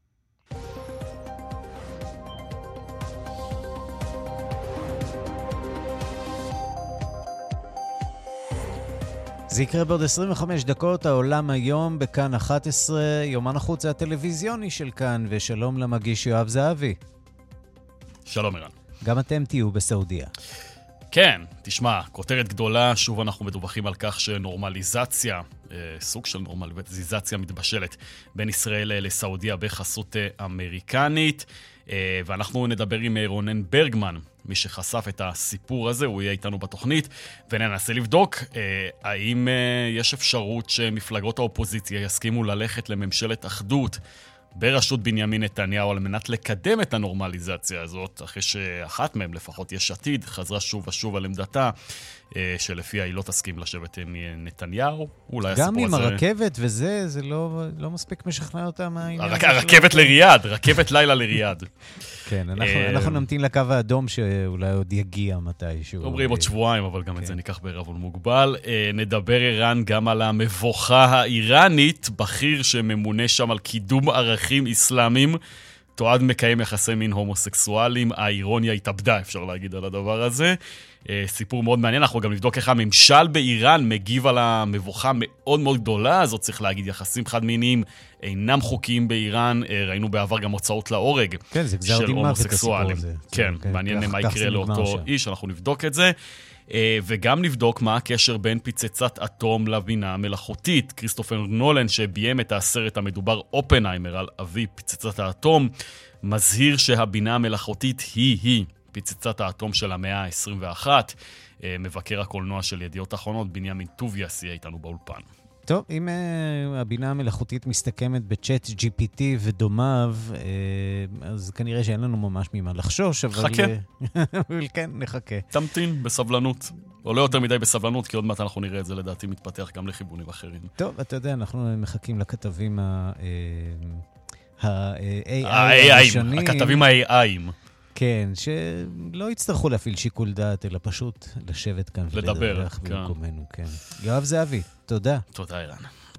Speaker 3: זה יקרה בעוד 25 דקות, העולם היום בכאן 11, יומן החוץ הטלוויזיוני של כאן, ושלום למגיש יואב זהבי.
Speaker 20: שלום ערן.
Speaker 3: גם אתם תהיו בסעודיה.
Speaker 20: כן, תשמע, כותרת גדולה, שוב אנחנו מדווחים על כך שנורמליזציה, סוג של נורמליזציה מתבשלת בין ישראל לסעודיה בחסות אמריקנית, ואנחנו נדבר עם רונן ברגמן, מי שחשף את הסיפור הזה, הוא יהיה איתנו בתוכנית, וננסה לבדוק האם יש אפשרות שמפלגות האופוזיציה יסכימו ללכת לממשלת אחדות בראשות בנימין נתניהו על מנת לקדם את הנורמליזציה הזאת, אחרי שאחת מהם, לפחות יש עתיד, חזרה שוב ושוב על עמדתה, שלפיה היא לא תסכים לשבת עם נתניהו. אולי
Speaker 3: גם עם
Speaker 20: הזה...
Speaker 3: הרכבת וזה, זה לא מספיק משכנע אותה מהעניין.
Speaker 20: הרכבת לריאד, רכבת לילה לריאד.
Speaker 3: כן, אנחנו נמתין לקו האדום שאולי עוד יגיע מתישהו.
Speaker 20: אומרים עוד שבועיים, אבל גם את זה ניקח בערבון מוגבל. נדבר ערן גם על המבוכה האיראנית, בכיר שממונה שם על קידום ערכים אסלאמיים, תועד מקיים יחסי מין הומוסקסואלים, האירוניה התאבדה, אפשר להגיד על הדבר הזה. סיפור מאוד מעניין, אנחנו גם נבדוק איך הממשל באיראן מגיב על המבוכה מאוד מאוד גדולה, הזאת צריך להגיד, יחסים חד-מיניים אינם חוקיים באיראן, ראינו בעבר גם הוצאות להורג של הומוסקסואלים. כן, מעניין מה יקרה לאותו איש, אנחנו נבדוק את זה. וגם נבדוק מה הקשר בין פצצת אטום לבינה המלאכותית. כריסטופר נולן שביים את הסרט המדובר אופנהיימר על אבי פצצת האטום, מזהיר שהבינה המלאכותית היא פצצת האטום של המאה ה-21. מבקר הקולנוע של ידיעות אחרונות, בנימין טוביאס, יהיה איתנו באולפן.
Speaker 3: טוב, אם הבינה המלאכותית מסתכמת בצ'אט GPT ודומיו, אז כנראה שאין לנו ממש ממה לחשוש, אבל...
Speaker 20: חכה.
Speaker 3: אבל כן, נחכה.
Speaker 20: תמתין בסבלנות. או לא יותר מדי בסבלנות, כי עוד מעט אנחנו נראה את זה, לדעתי, מתפתח גם לכיוונים אחרים.
Speaker 3: טוב, אתה יודע, אנחנו מחכים לכתבים ה-AI הראשונים.
Speaker 20: הכתבים ה-AI'ים.
Speaker 3: כן, שלא יצטרכו להפעיל שיקול דעת, אלא פשוט לשבת כאן
Speaker 20: לדבר
Speaker 3: במקומנו, כן. יואב זהבי, תודה.
Speaker 20: תודה, אירן.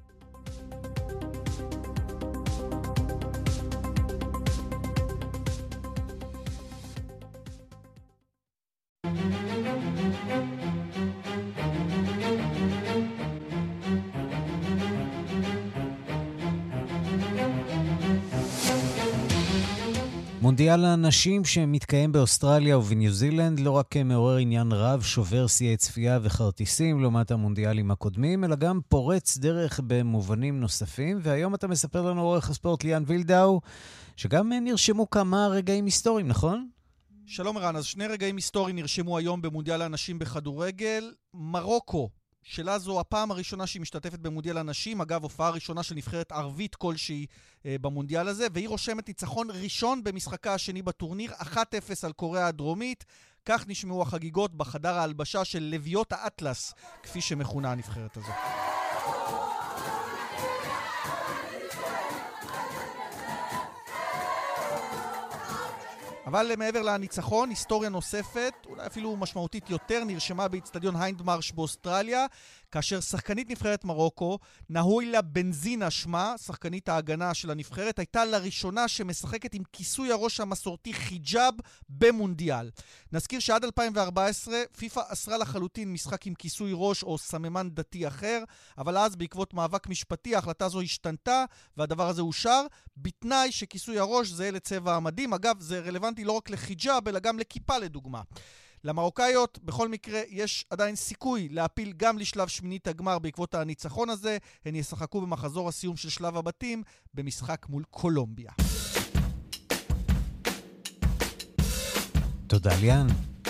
Speaker 3: מונדיאל הנשים שמתקיים באוסטרליה ובניו זילנד לא רק מעורר עניין רב, שובר שיאי צפייה וכרטיסים לעומת המונדיאלים הקודמים, אלא גם פורץ דרך במובנים נוספים. והיום אתה מספר לנו עורך הספורט ליאן וילדאו, שגם נרשמו כמה רגעים היסטוריים, נכון?
Speaker 21: שלום ערן, אז שני רגעים היסטוריים נרשמו היום במונדיאל הנשים בכדורגל. מרוקו, שלה זו הפעם הראשונה שהיא משתתפת במונדיאל הנשים, אגב, הופעה ראשונה של נבחרת ערבית כלשהי במונדיאל הזה, והיא רושמת ניצחון ראשון במשחקה השני בטורניר, 1-0 על קוריאה הדרומית. כך נשמעו החגיגות בחדר ההלבשה של לוויות האטלס, כפי שמכונה הנבחרת הזו. אבל מעבר לניצחון, היסטוריה נוספת, אולי אפילו משמעותית יותר, נרשמה באצטדיון היינדמרש באוסטרליה, כאשר שחקנית נבחרת מרוקו, נהוילה בנזינה שמה, שחקנית ההגנה של הנבחרת, הייתה לראשונה שמשחקת עם כיסוי הראש המסורתי חיג'אב במונדיאל. נזכיר שעד 2014 פיפה אסרה לחלוטין משחק עם כיסוי ראש או סממן דתי אחר, אבל אז בעקבות מאבק משפטי ההחלטה הזו השתנתה והדבר הזה אושר, בתנאי שכיסוי הראש זה לצבע המדים. אגב, זה רלוונטי לא רק לחיג'אב אלא גם לכיפה לדוגמה. למרוקאיות בכל מקרה יש עדיין סיכוי להפיל גם לשלב שמינית הגמר בעקבות הניצחון הזה. הן ישחקו במחזור הסיום של שלב הבתים במשחק מול קולומביה.
Speaker 3: תודה ליאן.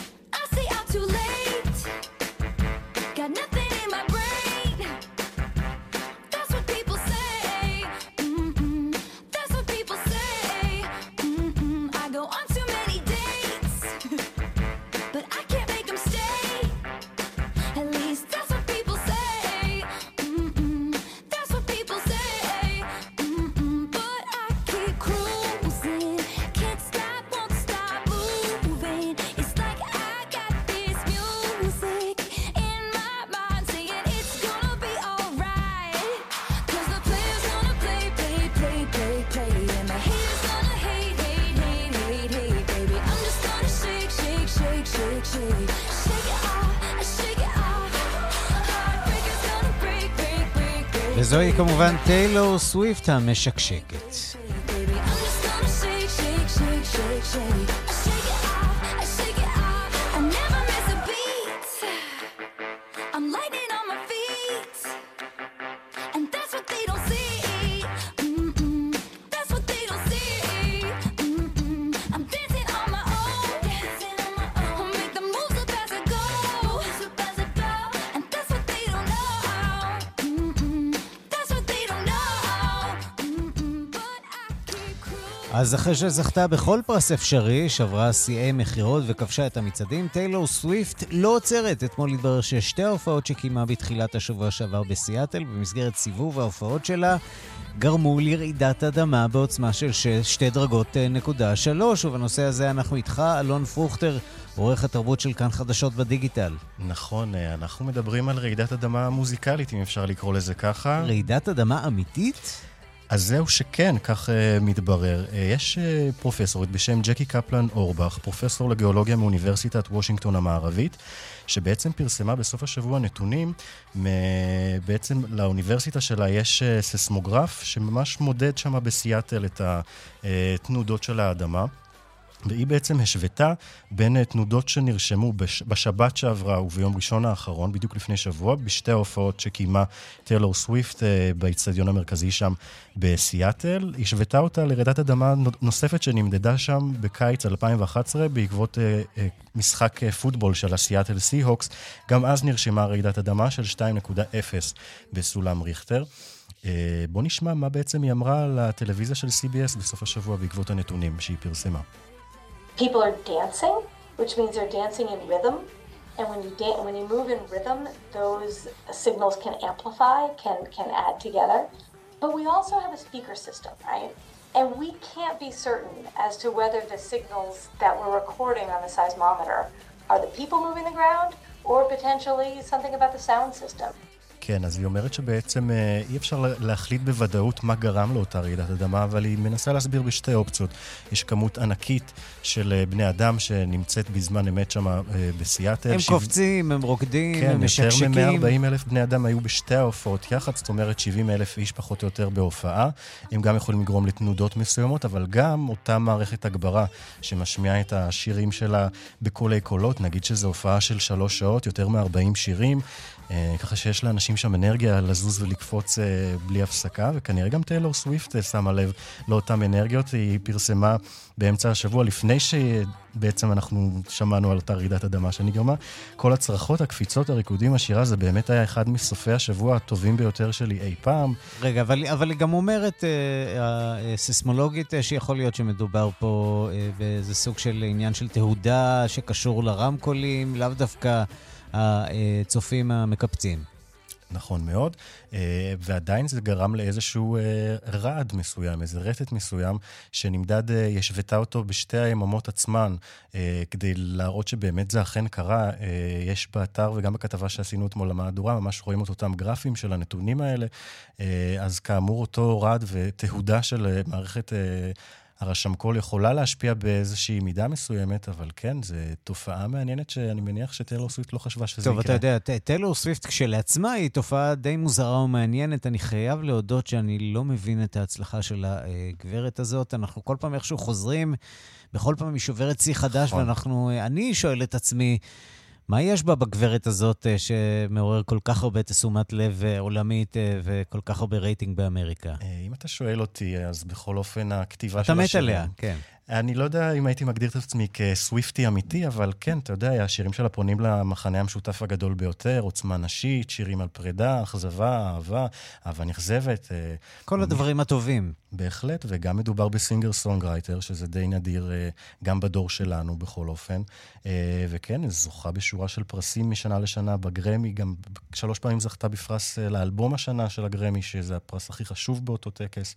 Speaker 3: וזוהי כמובן טיילור סוויפט המשקשקת. אז אחרי שזכתה בכל פרס אפשרי, שברה שיאי מחירות וכבשה את המצעדים, טיילור סוויפט לא עוצרת. אתמול התברר ששתי ההופעות שקיימה בתחילת השבוע שעבר בסיאטל, במסגרת סיבוב ההופעות שלה, גרמו לרעידת אדמה בעוצמה של 2.3. ובנושא הזה אנחנו איתך, אלון פרוכטר, עורך התרבות של כאן חדשות בדיגיטל.
Speaker 1: נכון, אנחנו מדברים על רעידת אדמה מוזיקלית, אם אפשר לקרוא לזה ככה.
Speaker 3: רעידת אדמה אמיתית?
Speaker 1: אז זהו שכן, כך מתברר. יש פרופסורית בשם ג'קי קפלן אורבך, פרופסור לגיאולוגיה מאוניברסיטת וושינגטון המערבית, שבעצם פרסמה בסוף השבוע נתונים, בעצם לאוניברסיטה שלה יש ססמוגרף שממש מודד שמה בסיאטל את התנודות של האדמה. והיא בעצם השוותה בין תנודות שנרשמו בשבת שעברה וביום ראשון האחרון, בדיוק לפני שבוע, בשתי ההופעות שקיימה טיילור סוויפט באצטדיון המרכזי שם בסיאטל. השוותה אותה לרעידת אדמה נוספת שנמדדה שם בקיץ 2011 בעקבות משחק פוטבול של הסיאטל סי-הוקס. גם אז נרשמה רעידת אדמה של 2.0 בסולם ריכטר. בוא נשמע מה בעצם היא אמרה לטלוויזיה של CBS בסוף השבוע בעקבות הנתונים שהיא פרסמה.
Speaker 22: People are dancing, which means they're dancing in rhythm. And when you move in rhythm, those signals can amplify, can add together. But we also have a speaker system, right? And we can't be certain as to whether the signals that we're recording on the seismometer are the people moving the ground or potentially something about the sound system.
Speaker 1: כן, אז היא אומרת שבעצם אי אפשר להחליט בוודאות מה גרם לאותה רעידת אדמה, אבל היא מנסה להסביר בשתי אופציות. יש כמות ענקית של בני אדם שנמצאת בזמן אמת שם בסיאטל.
Speaker 3: הם קופצים, הם רוקדים,
Speaker 1: כן,
Speaker 3: הם משקשקים.
Speaker 1: יותר מ-140,000 בני אדם היו בשתי ההופעות יחד, זאת אומרת 70,000 איש פחות או יותר בהופעה. הם גם יכולים לגרום לתנודות מסוימות, אבל גם אותה מערכת הגברה שמשמיעה את השירים שלה בקולי קולות, נגיד שזו הופעה של 3 שעות, יותר מ-40 שירים, ככה שיש לאנשים שם אנרגיה לזוז ולקפוץ בלי הפסקה, וכנראה גם טיילור סוויפט שמה לב לאותם אנרגיות. היא פרסמה באמצע השבוע, לפני שבעצם אנחנו שמענו על אותה רעידת אדמה שנגרמה, כל הצרחות, הקפיצות, הריקודים, השירה, זה באמת היה אחד מסופי השבוע הטובים ביותר שלי אי פעם.
Speaker 3: רגע, אבל היא גם אומרת, הסיסמולוגית, שיכול להיות שמדובר פה באיזה סוג של עניין של תהודה שקשור לרמקולים, לאו דווקא הצופים המקפצים.
Speaker 1: נכון מאוד, ועדיין זה גרם לאיזשהו רעד מסוים, איזה רטט מסוים, שנמדד, ישוותה אותו בשתי היממות עצמן, כדי להראות שבאמת זה אכן קרה. יש באתר וגם בכתבה שעשינו אתמול למהדורה, ממש רואים את אותם גרפים של הנתונים האלה, אז כאמור אותו רעד ותהודה של מערכת הרשמקול יכולה להשפיע באיזושהי מידה מסוימת, אבל כן, זו תופעה מעניינת שאני מניח שטיילור סוויפט לא חשבה שזה יקרה.
Speaker 3: טוב, אתה יודע, טיילור סוויפט כשלעצמה היא תופעה די מוזרה ומעניינת. אני חייב להודות שאני לא מבין את ההצלחה של הגברת הזאת. אנחנו כל פעם איכשהו חוזרים, בכל פעם היא שוברת צי חדש, אני שואל את עצמי, מה יש בה בגברת הזאת שמעורר כל כך הרבה תשומת לב עולמית וכל כך הרבה רייטינג באמריקה?
Speaker 1: אם אתה שואל אותי, אז בכל אופן הכתיבה של
Speaker 3: השירים. אתה מת עליה, כן.
Speaker 1: אני לא יודע אם הייתי מגדיר את עצמי כסוויפטי אמיתי, אבל כן, אתה יודע, השירים שלה פונים למחנה המשותף הגדול ביותר, עוצמה נשית, שירים על פרידה, אכזבה, אהבה, אהבה נכזבת.
Speaker 3: כל הדברים הטובים.
Speaker 1: בהחלט, וגם מדובר בסינגר סונגרייטר, שזה די נדיר גם בדור שלנו בכל אופן. וכן, זוכה בשורה של פרסים משנה לשנה בגרמי, גם 3 פעמים זכתה בפרס לאלבום השנה של הגרמי, שזה הפרס הכי חשוב באותו טקס.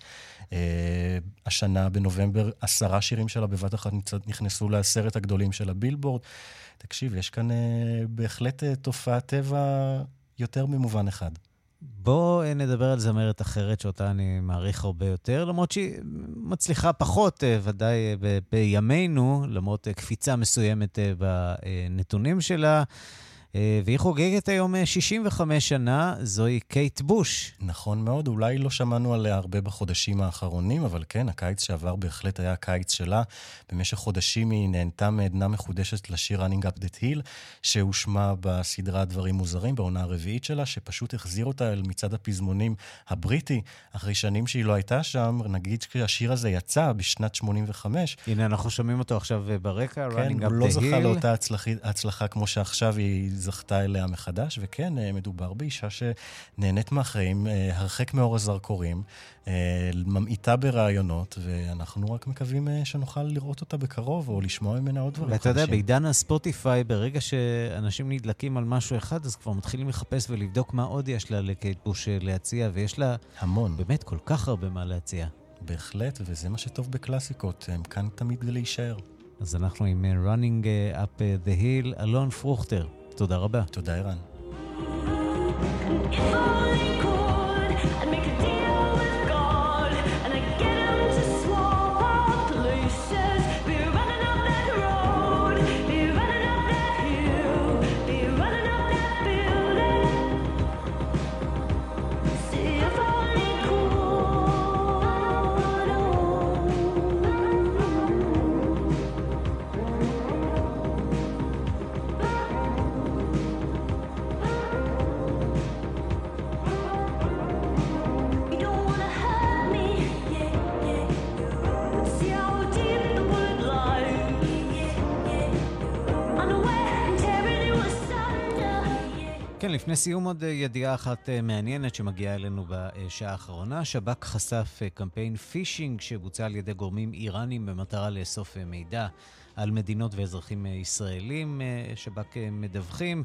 Speaker 1: השנה בנובמבר 10 שירים שלה בבת אחת נכנסו ל10 הגדולים של הבילבורד. תקשיב, יש כאן בהחלט תופעת טבע יותר ממובן אחד.
Speaker 3: בוא נדבר על זמרת אחרת שאותה אני מעריך הרבה יותר, למרות שהיא מצליחה פחות, ודאי בימינו, למרות קפיצה מסוימת בנתונים שלה, והיא חוגגת היום 65 שנה, זוהי קייט בוש.
Speaker 1: נכון מאוד, אולי לא שמענו עליה הרבה בחודשים האחרונים, אבל כן, הקיץ שעבר בהחלט היה הקיץ שלה. במשך חודשים היא נהנתה מעדנה מחודשת לשיר Running Up That Hill, שהושמע בסדרה דברים מוזרים, בעונה הרביעית שלה, שפשוט החזיר אותה אל מצד הפזמונים הבריטי, אחרי שנים שהיא לא הייתה שם. נגיד שהשיר הזה יצא בשנת 85.
Speaker 3: הנה, אנחנו שומעים אותו עכשיו ברקע,
Speaker 1: כן, הוא לא זכה לאותה הצלחה כמו שעכשיו היא זכתה אליה מחדש, וכן, מדובר באישה שנהנית מהחיים, הרחק מאור הזרקורים, ממעיטה ברעיונות, ואנחנו רק מקווים שנוכל לראות אותה בקרוב, או לשמוע ממנה עוד דברים.
Speaker 3: ואתה יודע, בעידן הספוטיפיי, ברגע שאנשים נדלקים על משהו אחד, אז כבר מתחילים לחפש ולבדוק מה עוד יש לה לקייט בוש להציע, ויש לה
Speaker 1: המון.
Speaker 3: באמת כל כך הרבה מה להציע.
Speaker 1: בהחלט, וזה מה שטוב בקלאסיקות, הם כאן תמיד להישאר.
Speaker 3: אז אנחנו עם Running Up the Hill, אלון פרוכטר. תודה רבה.
Speaker 1: תודה, ערן.
Speaker 3: כן, לפני סיום עוד ידיעה אחת מעניינת שמגיעה אלינו בשעה האחרונה. שב"כ חשף קמפיין פישינג שבוצע על ידי גורמים איראנים במטרה לאסוף מידע על מדינות ואזרחים ישראלים. שב"כ מדווחים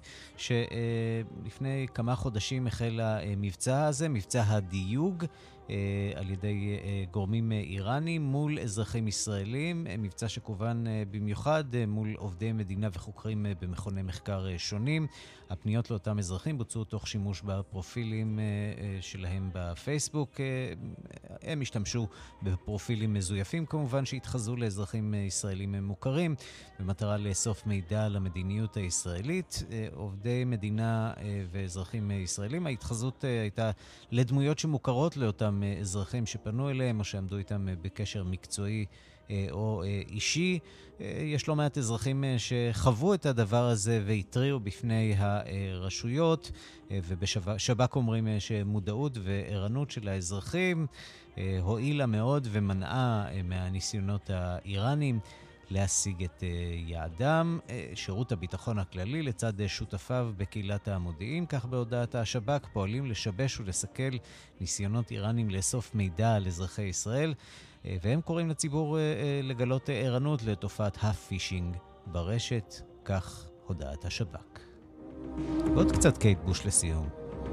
Speaker 3: שלפני כמה חודשים החל המבצע הזה, מבצע הדיוג, על ידי גורמים איראנים מול אזרחים ישראלים, מבצע שכוון במיוחד מול עובדי מדינה וחוקרים במכוני מחקר שונים. הפניות לאותם אזרחים בוצעו תוך שימוש בפרופילים שלהם בפייסבוק. הם השתמשו בפרופילים מזויפים כמובן שהתחזו לאזרחים ישראלים מוכרים במטרה לאסוף מידע על המדיניות הישראלית. עובדי מדינה ואזרחים ישראלים, ההתחזות הייתה לדמויות שמוכרות לאותם אזרחים שפנו אליהם או שעמדו איתם בקשר מקצועי או אישי. יש לא מעט אזרחים שחוו את הדבר הזה והתריעו בפני הרשויות, ובשב"כ אומרים שמודעות וערנות של האזרחים הועילה מאוד ומנעה מהניסיונות האיראנים להשיג את יעדם. שירות הביטחון הכללי לצד שותפיו בקהילת המודיעין, כך בהודעת השב"כ, פועלים לשבש ולסכל ניסיונות איראנים לאסוף מידע על אזרחי ישראל, והם קוראים לציבור לגלות ערנות לתופעת הפישינג ברשת, כך הודעת השב"כ. ועוד קצת קייט בוש לסיום.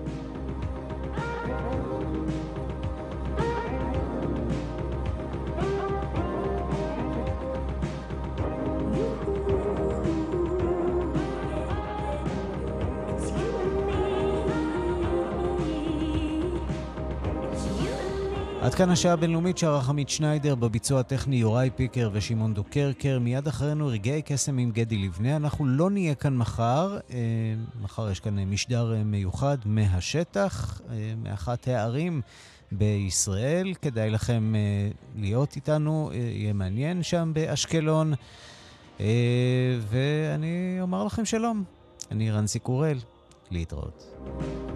Speaker 3: עד כאן השעה הבינלאומית שערך עמית שניידר, בביצוע הטכני יוראי פיקר ושמעון דוקרקר. מיד אחרינו רגעי קסם עם גדי לבנה. אנחנו לא נהיה כאן מחר. מחר יש כאן משדר מיוחד מהשטח, מאחת הערים בישראל. כדאי לכם להיות איתנו, יהיה מעניין שם באשקלון. ואני אומר לכם שלום. אני רנסי קורל, להתראות.